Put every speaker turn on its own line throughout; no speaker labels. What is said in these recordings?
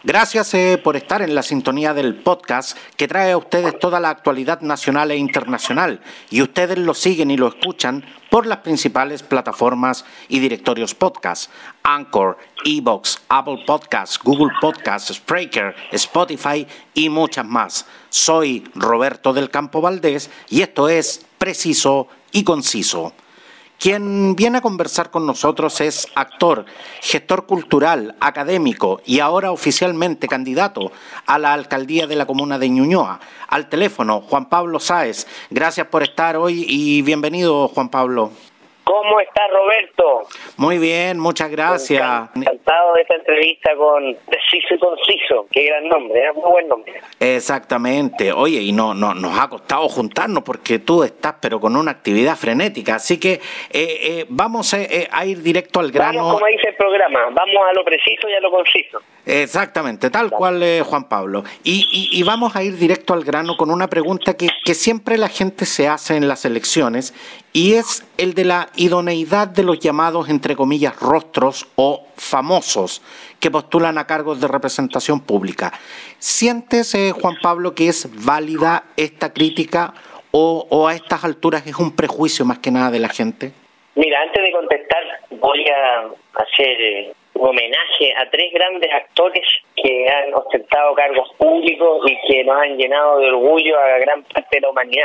Gracias por estar en la sintonía del podcast que trae a ustedes toda la actualidad nacional e internacional, y ustedes lo siguen y lo escuchan por las principales plataformas y directorios podcast: Anchor, Evox, Apple Podcasts, Google Podcasts, Spreaker, Spotify y muchas más. Soy Roberto del Campo Valdés y esto es Preciso y Conciso. Quien viene a conversar con nosotros es actor, gestor cultural, académico y ahora oficialmente candidato a la alcaldía de la comuna de Ñuñoa. Al teléfono, Juan Pablo Sáez. Gracias por estar hoy y bienvenido, Juan Pablo.
¿Cómo está, Roberto?
Muy bien, muchas gracias.
Encantado de esta entrevista con Preciso y Conciso. Qué gran nombre, muy buen nombre.
Exactamente. Oye, y nos ha costado juntarnos porque tú estás pero con una actividad frenética. Así que vamos a ir directo al grano.
Vamos, como dice el programa, vamos a lo preciso y a lo conciso.
Exactamente, tal cual, Juan Pablo. Y vamos a ir directo al grano con una pregunta que siempre la gente se hace en las elecciones, y es el de la idoneidad de los llamados, entre comillas, rostros o famosos que postulan a cargos de representación pública. ¿Sientes, Juan Pablo, que es válida esta crítica o a estas alturas es un prejuicio más que nada de la gente?
Mira, antes de contestar voy a hacer un homenaje a tres grandes actores que han ostentado cargos públicos y que nos han llenado de orgullo a gran parte de la humanidad.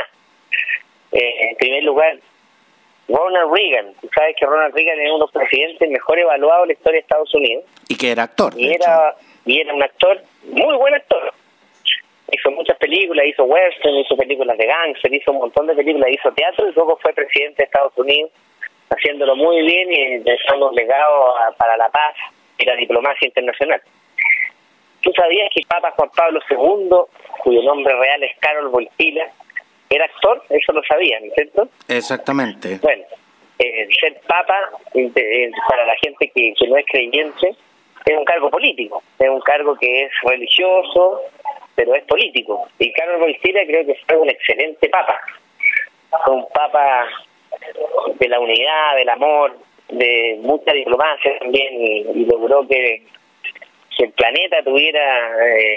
En primer lugar, Ronald Reagan. Tú sabes que Ronald Reagan es uno de los presidentes mejor evaluados de la historia de Estados Unidos.
Y que era actor.
Y era un actor, muy buen actor. Hizo muchas películas, hizo western, hizo películas de gangster, hizo un montón de películas, hizo teatro y luego fue presidente de Estados Unidos, haciéndolo muy bien y dejando un legado para la paz y la diplomacia internacional. ¿Tú sabías que el Papa Juan Pablo II, cuyo nombre real es Karol Wojtyła, era actor? Eso lo sabían, ¿cierto?
Exactamente.
Bueno, ser papa, para la gente que no es creyente, es un cargo político, es un cargo que es religioso, pero es político. Y Karol Wojtyła creo que fue un excelente papa. Fue un papa de la unidad, del amor, de mucha diplomacia también, y logró que el planeta tuviera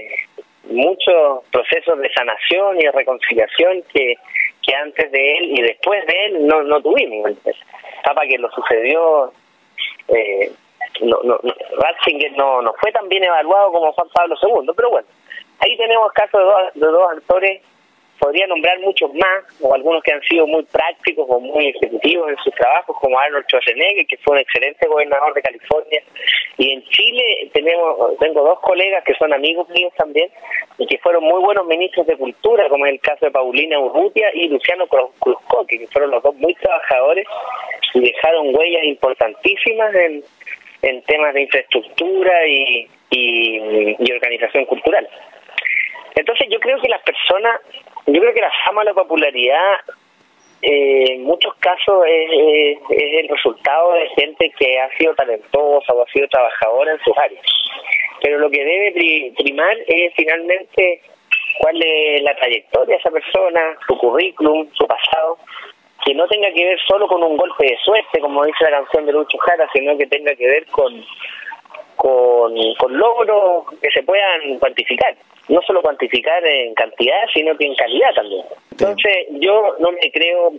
muchos procesos de sanación y de reconciliación que antes de él y después de él no tuvimos. El papa que lo sucedió, Ratzinger no fue tan bien evaluado como Juan Pablo II, pero bueno, ahí tenemos casos de dos actores. Podría nombrar muchos más, o algunos que han sido muy prácticos o muy ejecutivos en sus trabajos, como Arnold Schwarzenegger, que fue un excelente gobernador de California. Y en Chile tengo dos colegas que son amigos míos también, y que fueron muy buenos ministros de Cultura, como es el caso de Paulina Urrutia y Luciano Cruzcoque, que fueron los dos muy trabajadores y dejaron huellas importantísimas en temas de infraestructura y organización cultural. Entonces yo creo que la fama, la popularidad, en muchos casos es el resultado de gente que ha sido talentosa o ha sido trabajadora en sus áreas. Pero lo que debe primar es finalmente cuál es la trayectoria de esa persona, su currículum, su pasado, que no tenga que ver solo con un golpe de suerte, como dice la canción de Lucho Jara, sino que tenga que ver con logros que se puedan cuantificar. No solo cuantificar en cantidad, sino que en calidad también. Entonces, yo no me creo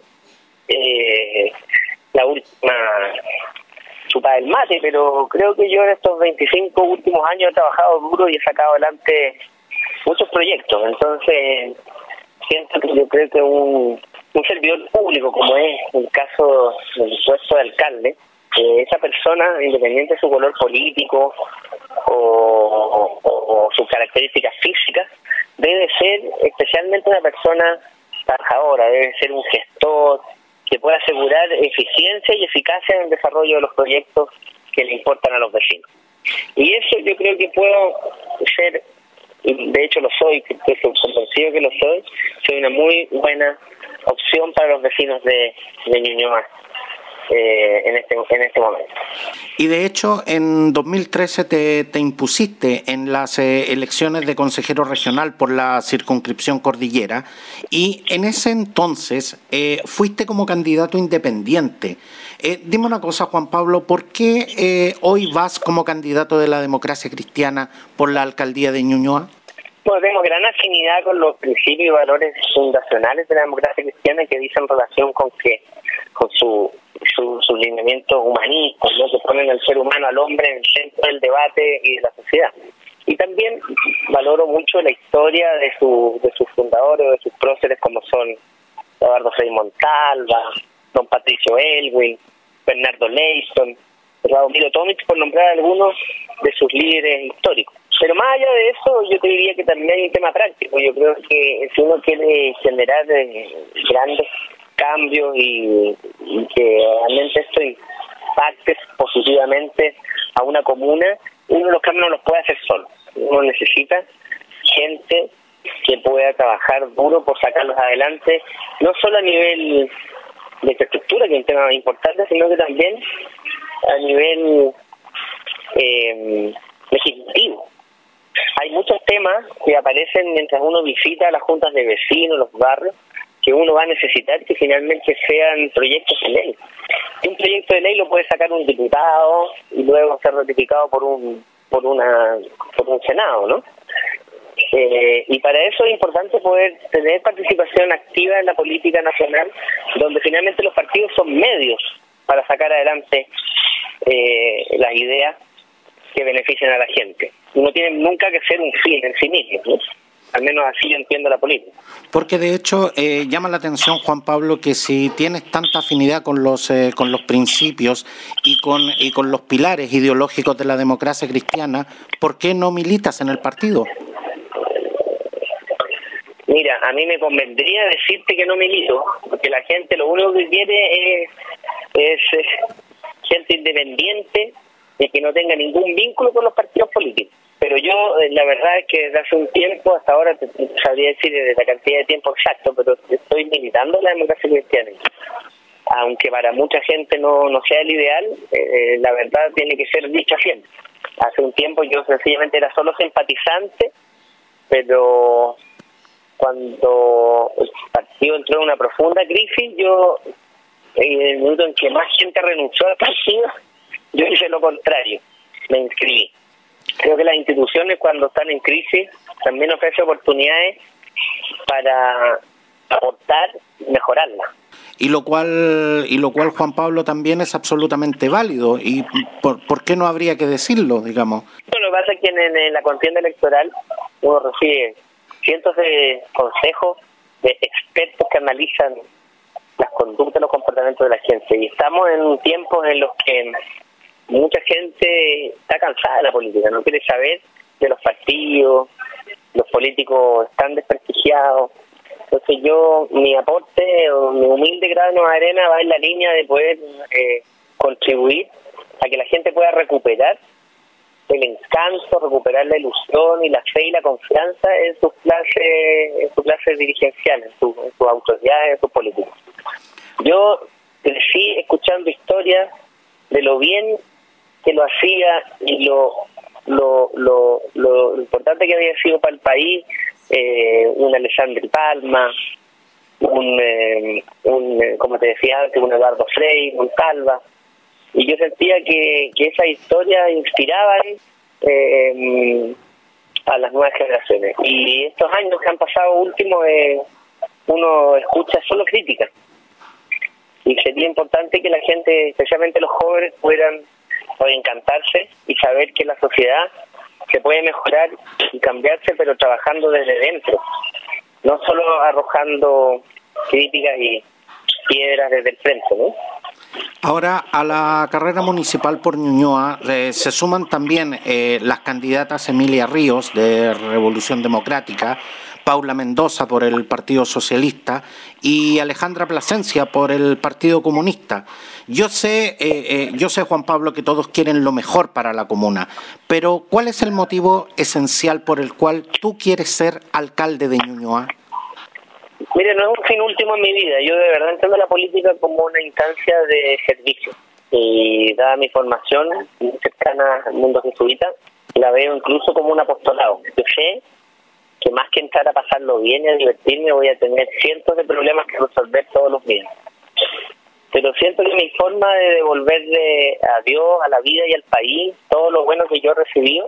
la última chupada del mate, pero creo que yo en estos 25 últimos años he trabajado duro y he sacado adelante muchos proyectos. Entonces, siento que yo creo que un servidor público, como es el caso del puesto de alcalde, esa persona, independiente de su color político o sus características físicas, debe ser especialmente una persona trabajadora, debe ser un gestor que pueda asegurar eficiencia y eficacia en el desarrollo de los proyectos que le importan a los vecinos. Y eso yo creo que puedo ser, de hecho lo soy, estoy convencido que lo soy una muy buena opción para los vecinos de Ñuñoa. en este momento.
Y de hecho, en 2013 te impusiste en las elecciones de consejero regional por la circunscripción Cordillera, y en ese entonces fuiste como candidato independiente. Dime una cosa, Juan Pablo, ¿por qué hoy vas como candidato de la Democracia Cristiana por la alcaldía de Ñuñoa?
Bueno, tengo gran afinidad con los principios y valores fundacionales de la democracia cristiana que dicen relación con sus lineamientos humanistas, ¿no?, que ponen al ser humano, al hombre, en el centro del debate y de la sociedad. Y también valoro mucho la historia de sus fundadores, de sus próceres, como son Eduardo Frei Montalva, don Patricio Elwin, Bernardo Leyson, Radomiro Tomic, por nombrar algunos de sus líderes históricos. Pero más allá de eso, yo te diría que también hay un tema práctico. Yo creo que si uno quiere generar grandes cambios y que realmente esto impacte positivamente a una comuna, uno de los cambios no los puede hacer solo. Uno necesita gente que pueda trabajar duro por sacarlos adelante, no solo a nivel de infraestructura, que es un tema importante, sino que también a nivel legislativo. Hay muchos temas que aparecen mientras uno visita las juntas de vecinos, los barrios, que uno va a necesitar que finalmente sean proyectos de ley. Y un proyecto de ley lo puede sacar un diputado y luego ser ratificado por un Senado, ¿no? Y para eso es importante poder tener participación activa en la política nacional, donde finalmente los partidos son medios para sacar adelante las ideas que benefician a la gente. No tienen nunca que ser un fin en sí mismo, ¿no? Al menos así yo entiendo la política.
Porque de hecho llama la atención, Juan Pablo, que si tienes tanta afinidad con los principios y con los pilares ideológicos de la democracia cristiana, ¿por qué no militas en el partido?
Mira, a mí me convendría decirte que no milito, porque la gente lo único que quiere es gente independiente y que no tenga ningún vínculo con los partidos políticos. Pero yo, la verdad es que desde hace un tiempo, hasta ahora te sabría decir la cantidad de tiempo exacto, pero estoy militando en la democracia cristiana. Aunque para mucha gente no sea el ideal, la verdad tiene que ser dicha siempre. Hace un tiempo yo sencillamente era solo simpatizante, pero cuando el partido entró en una profunda crisis, yo, en el minuto en que más gente renunció al partido, yo hice lo contrario, me inscribí. Creo que las instituciones, cuando están en crisis, también ofrecen oportunidades para aportar y mejorarlas.
Y lo cual, Juan Pablo, también es absolutamente válido. ¿Y por qué no habría que decirlo, digamos?
Bueno, lo que pasa es que en la contienda electoral uno recibe cientos de consejos de expertos que analizan las conductas, los comportamientos de la gente. Y estamos en un tiempo en los que mucha gente está cansada de la política, no quiere saber de los partidos, los políticos están desprestigiados. Entonces mi aporte o mi humilde grano de arena va en la línea de poder contribuir a que la gente pueda recuperar el encanto, recuperar la ilusión y la fe y la confianza en sus clases dirigenciales, en sus autoridades, en sus políticos. Yo crecí escuchando historias de lo bien que lo hacía y lo importante que había sido para el país un Alessandri Palma, como te decía antes, un Eduardo Frei Montalva, y yo sentía que esa historia inspiraba a las nuevas generaciones. Y estos años que han pasado últimos, uno escucha solo críticas, y sería importante que la gente, especialmente los jóvenes, puedan encantarse y saber que la sociedad se puede mejorar y cambiarse, pero trabajando desde dentro, no solo arrojando críticas y piedras desde el frente, ¿no?
Ahora, a la carrera municipal por Ñuñoa se suman también las candidatas Emilia Ríos, de Revolución Democrática, Paula Mendoza por el Partido Socialista y Alejandra Plasencia por el Partido Comunista. Yo sé, Juan Pablo, que todos quieren lo mejor para la comuna, pero ¿cuál es el motivo esencial por el cual tú quieres ser alcalde de Ñuñoa?
Mire, no es un fin último en mi vida. Yo de verdad entiendo la política como una instancia de servicio. Y dada mi formación muy cercana al mundo jesuita, la veo incluso como un apostolado. Yo sé que más que entrar a pasarlo bien y a divertirme, voy a tener cientos de problemas que resolver todos los días. Pero siento que mi forma de devolverle a Dios, a la vida y al país todo lo bueno que yo he recibido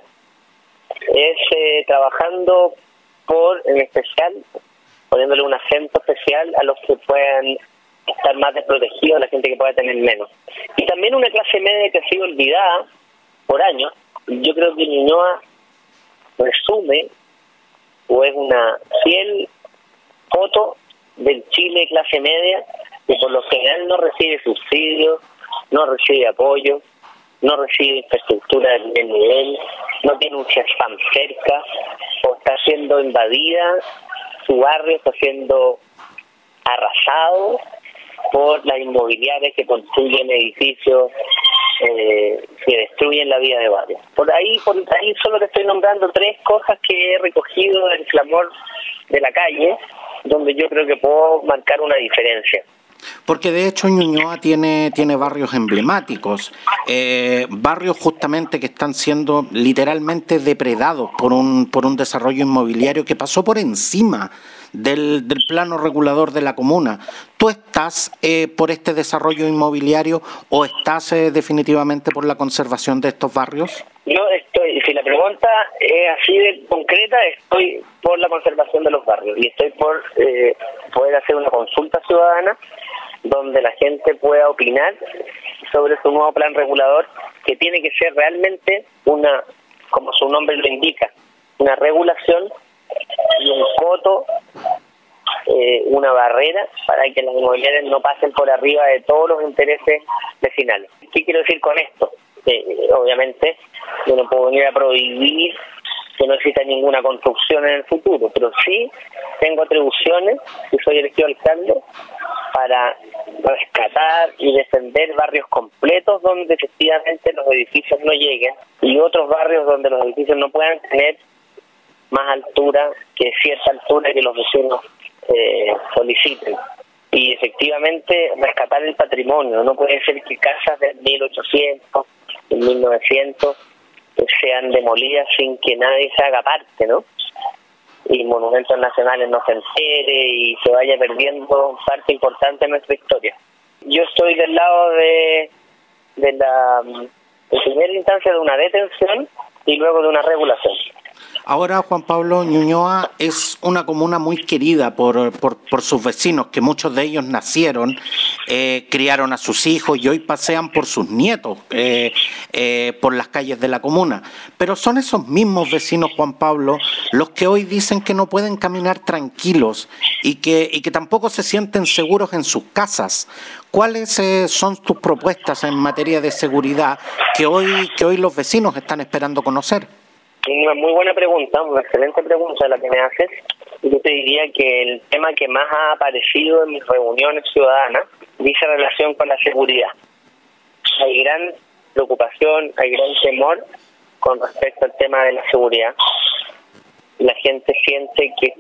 es trabajando en especial, poniéndole un acento especial a los que puedan estar más desprotegidos, a la gente que pueda tener menos. Y también una clase media que ha sido olvidada por años. Yo creo que Ñuñoa resume o es una fiel foto del Chile clase media, que por lo general no recibe subsidios, no recibe apoyo, no recibe infraestructura de primer nivel, no tiene un CESFAM cerca, o está siendo invadida, su barrio está siendo arrasado por las inmobiliarias que construyen edificios que destruyen la vida de varios. Por ahí solo te estoy nombrando 3 cosas que he recogido del clamor de la calle, donde yo creo que puedo marcar una diferencia.
Porque de hecho Ñuñoa tiene barrios emblemáticos, barrios justamente que están siendo literalmente depredados por un desarrollo inmobiliario que pasó por encima del plano regulador de la comuna. ¿Tú estás por este desarrollo inmobiliario o estás definitivamente por la conservación de estos barrios?
Yo estoy, si la pregunta es así de concreta, estoy por la conservación de los barrios y estoy por poder hacer una consulta ciudadana donde la gente pueda opinar sobre su nuevo plan regulador, que tiene que ser realmente una, como su nombre lo indica, una regulación y un coto, una barrera para que las inmobiliarias no pasen por arriba de todos los intereses vecinales. ¿Qué quiero decir con esto? Obviamente yo no puedo venir a prohibir que no exista ninguna construcción en el futuro, pero sí tengo atribuciones, si soy elegido alcalde, para rescatar y defender barrios completos donde efectivamente los edificios no lleguen y otros barrios donde los edificios no puedan tener más altura que cierta altura que los vecinos soliciten. Y efectivamente rescatar el patrimonio. No puede ser que casas de 1800, de 1900 sean demolidas sin que nadie se haga parte, ¿no? Y monumentos nacionales no se entere y se vaya perdiendo parte importante de nuestra historia. Yo estoy del lado de primera instancia de una detención y luego de una regulación.
Ahora, Juan Pablo, Ñuñoa es una comuna muy querida por sus vecinos, que muchos de ellos nacieron, criaron a sus hijos y hoy pasean por sus nietos por las calles de la comuna. Pero son esos mismos vecinos, Juan Pablo, los que hoy dicen que no pueden caminar tranquilos y que tampoco se sienten seguros en sus casas. ¿Cuáles son tus propuestas en materia de seguridad que hoy los vecinos están esperando conocer?
Una muy buena pregunta, una excelente pregunta la que me haces. Yo te diría que el tema que más ha aparecido en mis reuniones ciudadanas dice relación con la seguridad. Hay gran preocupación, hay gran temor con respecto al tema de la seguridad. La gente siente que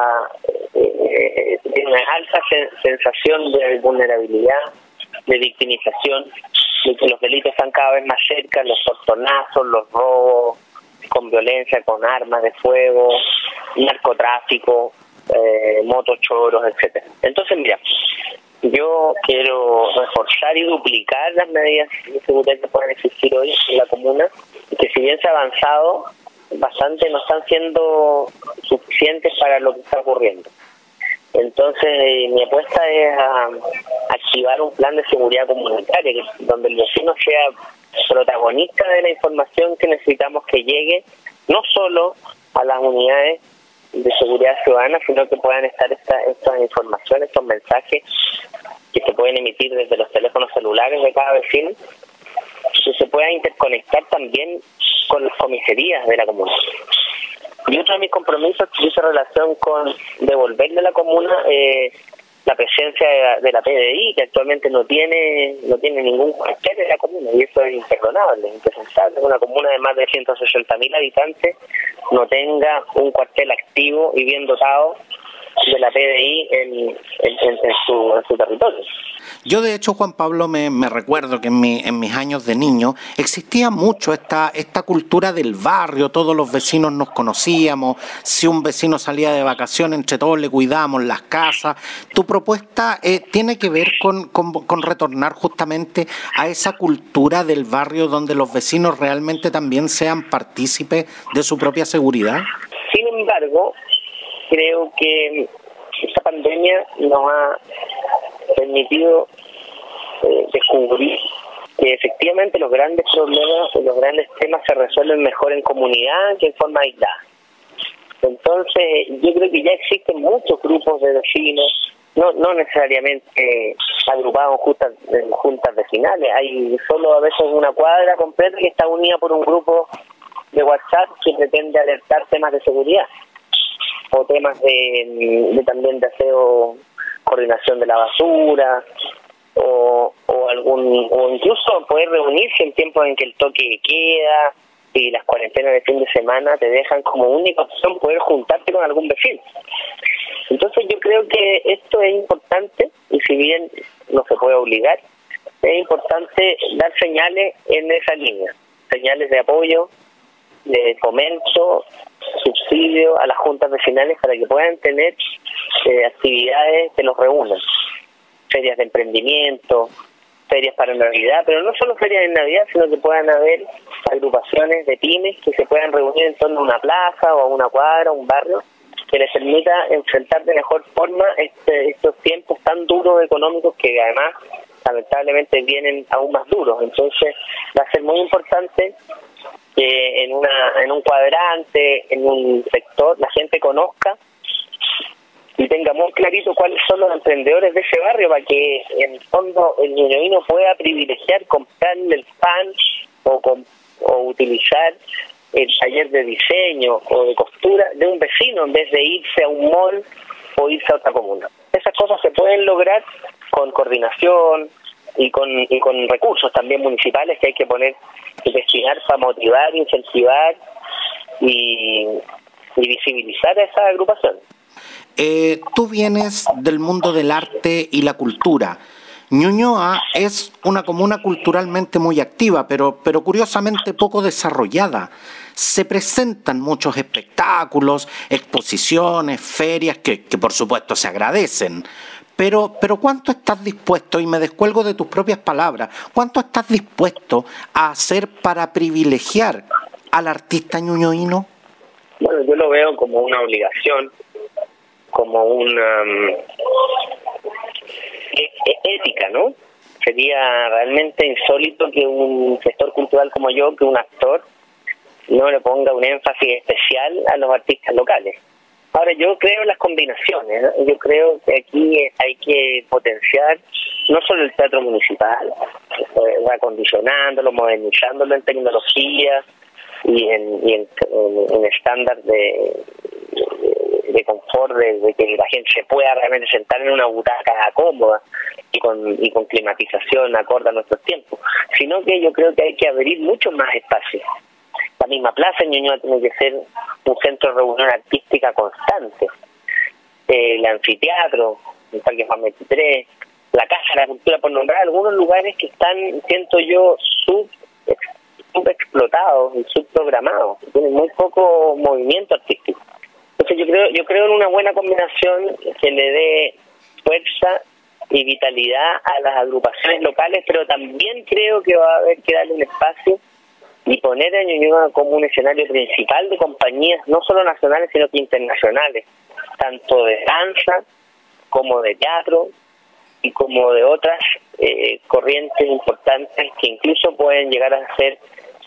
tiene una alta sensación de vulnerabilidad, de victimización, de que los delitos están cada vez más cerca, los portonazos, los robos con violencia, con armas de fuego, narcotráfico, motochoros, etcétera. Entonces, mira, yo quiero reforzar y duplicar las medidas de seguridad que pueden existir hoy en la comuna, que si bien se ha avanzado bastante, no están siendo suficientes para lo que está ocurriendo. Entonces, mi apuesta es a activar un plan de seguridad comunitaria, donde el vecino sea protagonista de la información que necesitamos que llegue, no solo a las unidades de seguridad ciudadana, sino que puedan estar estas informaciones, estos mensajes que se pueden emitir desde los teléfonos celulares de cada vecino, que se pueda interconectar también con las comisarías de la comuna. Y otro de mis compromisos dice relación con devolverle a la comuna la presencia de la PDI, que actualmente no tiene ningún cuartel en la comuna, y eso es imperdonable, impensable. Una comuna de más de 160.000 habitantes no tenga un cuartel activo y bien dotado de la PDI en su territorio.
Yo, de hecho, Juan Pablo, me recuerdo que en mis años de niño existía mucho esta cultura del barrio, todos los vecinos nos conocíamos, si un vecino salía de vacaciones, entre todos le cuidábamos las casas. Tu propuesta tiene que ver con retornar justamente a esa cultura del barrio donde los vecinos realmente también sean partícipes de su propia seguridad.
Sin embargo, creo que esta pandemia nos ha permitido descubrir que efectivamente los grandes problemas y los grandes temas se resuelven mejor en comunidad que en forma aislada. Entonces, yo creo que ya existen muchos grupos de vecinos, no necesariamente agrupados en juntas vecinales. Hay solo a veces una cuadra completa que está unida por un grupo de WhatsApp que pretende alertar temas de seguridad o temas de también de aseo, coordinación de la basura o incluso poder reunirse en tiempos en que el toque de queda y las cuarentenas de fin de semana te dejan como única opción poder juntarte con algún vecino. Entonces yo creo que esto es importante, y si bien no se puede obligar, es importante dar señales en esa línea, señales de apoyo, de fomento, subsidio a las juntas vecinales para que puedan tener actividades que los reúnan, ferias de emprendimiento, ferias para Navidad, pero no solo ferias de Navidad, sino que puedan haber agrupaciones de pymes que se puedan reunir en torno a una plaza o a una cuadra, un barrio, que les permita enfrentar de mejor forma estos tiempos tan duros económicos que además lamentablemente vienen aún más duros. Entonces va a ser muy importante que en un cuadrante, en un sector, la gente conozca y tenga muy clarito cuáles son los emprendedores de ese barrio para que en el fondo el ñuñoíno pueda privilegiar comprarle el pan o utilizar el taller de diseño o de costura de un vecino en vez de irse a un mall o irse a otra comuna. Esas cosas se pueden lograr con coordinación y con recursos también municipales que hay que poner y destinar para motivar, incentivar y visibilizar a esa agrupación.
Tú vienes del mundo del arte y la cultura. Ñuñoa es una comuna culturalmente muy activa, pero curiosamente poco desarrollada. Se presentan muchos espectáculos, exposiciones, ferias, que por supuesto se agradecen. Pero ¿cuánto estás dispuesto, y me descuelgo de tus propias palabras, cuánto estás dispuesto a hacer para privilegiar al artista ñuñoíno?
Bueno, yo lo veo como una obligación, como una ética, ¿no? Sería realmente insólito que un gestor cultural como yo, que un actor, no le ponga un énfasis especial a los artistas locales. Ahora, yo creo en las combinaciones, ¿no? Yo creo que aquí hay que potenciar no solo el teatro municipal, reacondicionándolo, modernizándolo en tecnología y en estándar de confort, de que la gente se pueda realmente sentar en una butaca cómoda y con climatización acorde a nuestros tiempos, sino que yo creo que hay que abrir muchos más espacios. La misma plaza en Ñuñoa tiene que ser un centro de reunión artística constante. El anfiteatro, el Parque Juan 23, la Casa de la Cultura, por nombrar algunos lugares que están, siento yo, subexplotados y subprogramados, tienen muy poco movimiento artístico. Entonces yo creo en una buena combinación que le dé fuerza y vitalidad a las agrupaciones locales, pero también creo que va a haber que darle un espacio y poner a Ñuñoa como un escenario principal de compañías, no solo nacionales, sino que internacionales, tanto de danza como de teatro y como de otras corrientes importantes que incluso pueden llegar a ser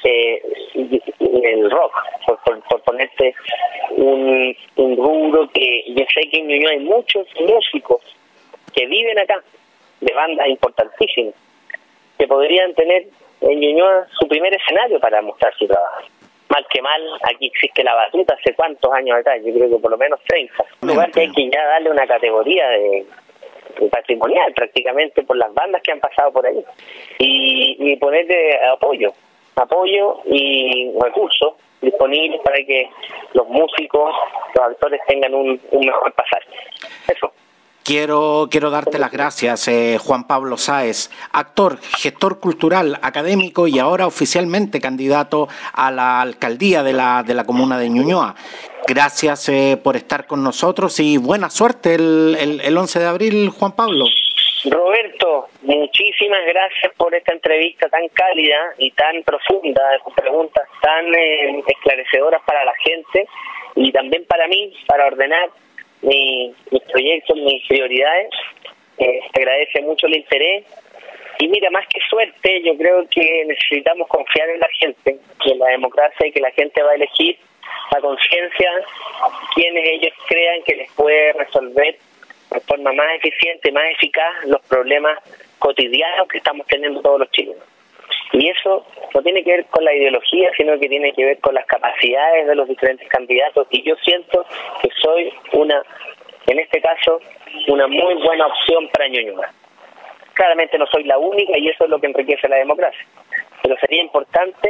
el rock, por ponerte un rubro que yo sé que en Ñuñoa hay muchos músicos que viven acá, de bandas importantísimas, que podrían tener en Ñuñoa su primer escenario para mostrar su trabajo. Mal que mal, aquí existe la batuta hace cuántos años atrás, yo creo que por lo menos 30. Un lugar que hay que ya darle una categoría de patrimonial prácticamente por las bandas que han pasado por ahí. Y ponerle apoyo y recursos disponibles para que los músicos, los actores tengan un mejor pasar. Eso.
Quiero darte las gracias, Juan Pablo Sáez, actor, gestor cultural, académico y ahora oficialmente candidato a la alcaldía de la comuna de Ñuñoa. Gracias por estar con nosotros y buena suerte el 11 de abril, Juan Pablo.
Roberto, muchísimas gracias por esta entrevista tan cálida y tan profunda, con preguntas tan esclarecedoras para la gente y también para mí, para ordenar mis proyectos, mis prioridades. Se agradece mucho el interés y mira, más que suerte, yo creo que necesitamos confiar en la gente, en la democracia y que la gente va a elegir a conciencia quienes ellos crean que les puede resolver de forma más eficiente, más eficaz los problemas cotidianos que estamos teniendo todos los chilenos. Y eso no tiene que ver con la ideología, sino que tiene que ver con las capacidades de los diferentes candidatos. Y yo siento que soy en este caso, una muy buena opción para Ñuñoa. Claramente no soy la única y eso es lo que enriquece la democracia. Pero sería importante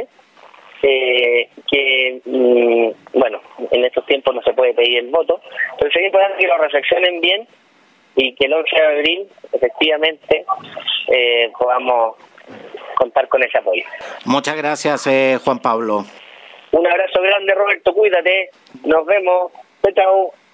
bueno, en estos tiempos no se puede pedir el voto, pero sería importante que lo reflexionen bien y que el 11 de abril, efectivamente, podamos contar con ese apoyo.
Muchas gracias, Juan Pablo.
Un abrazo grande, Roberto, cuídate. Nos vemos. Chao.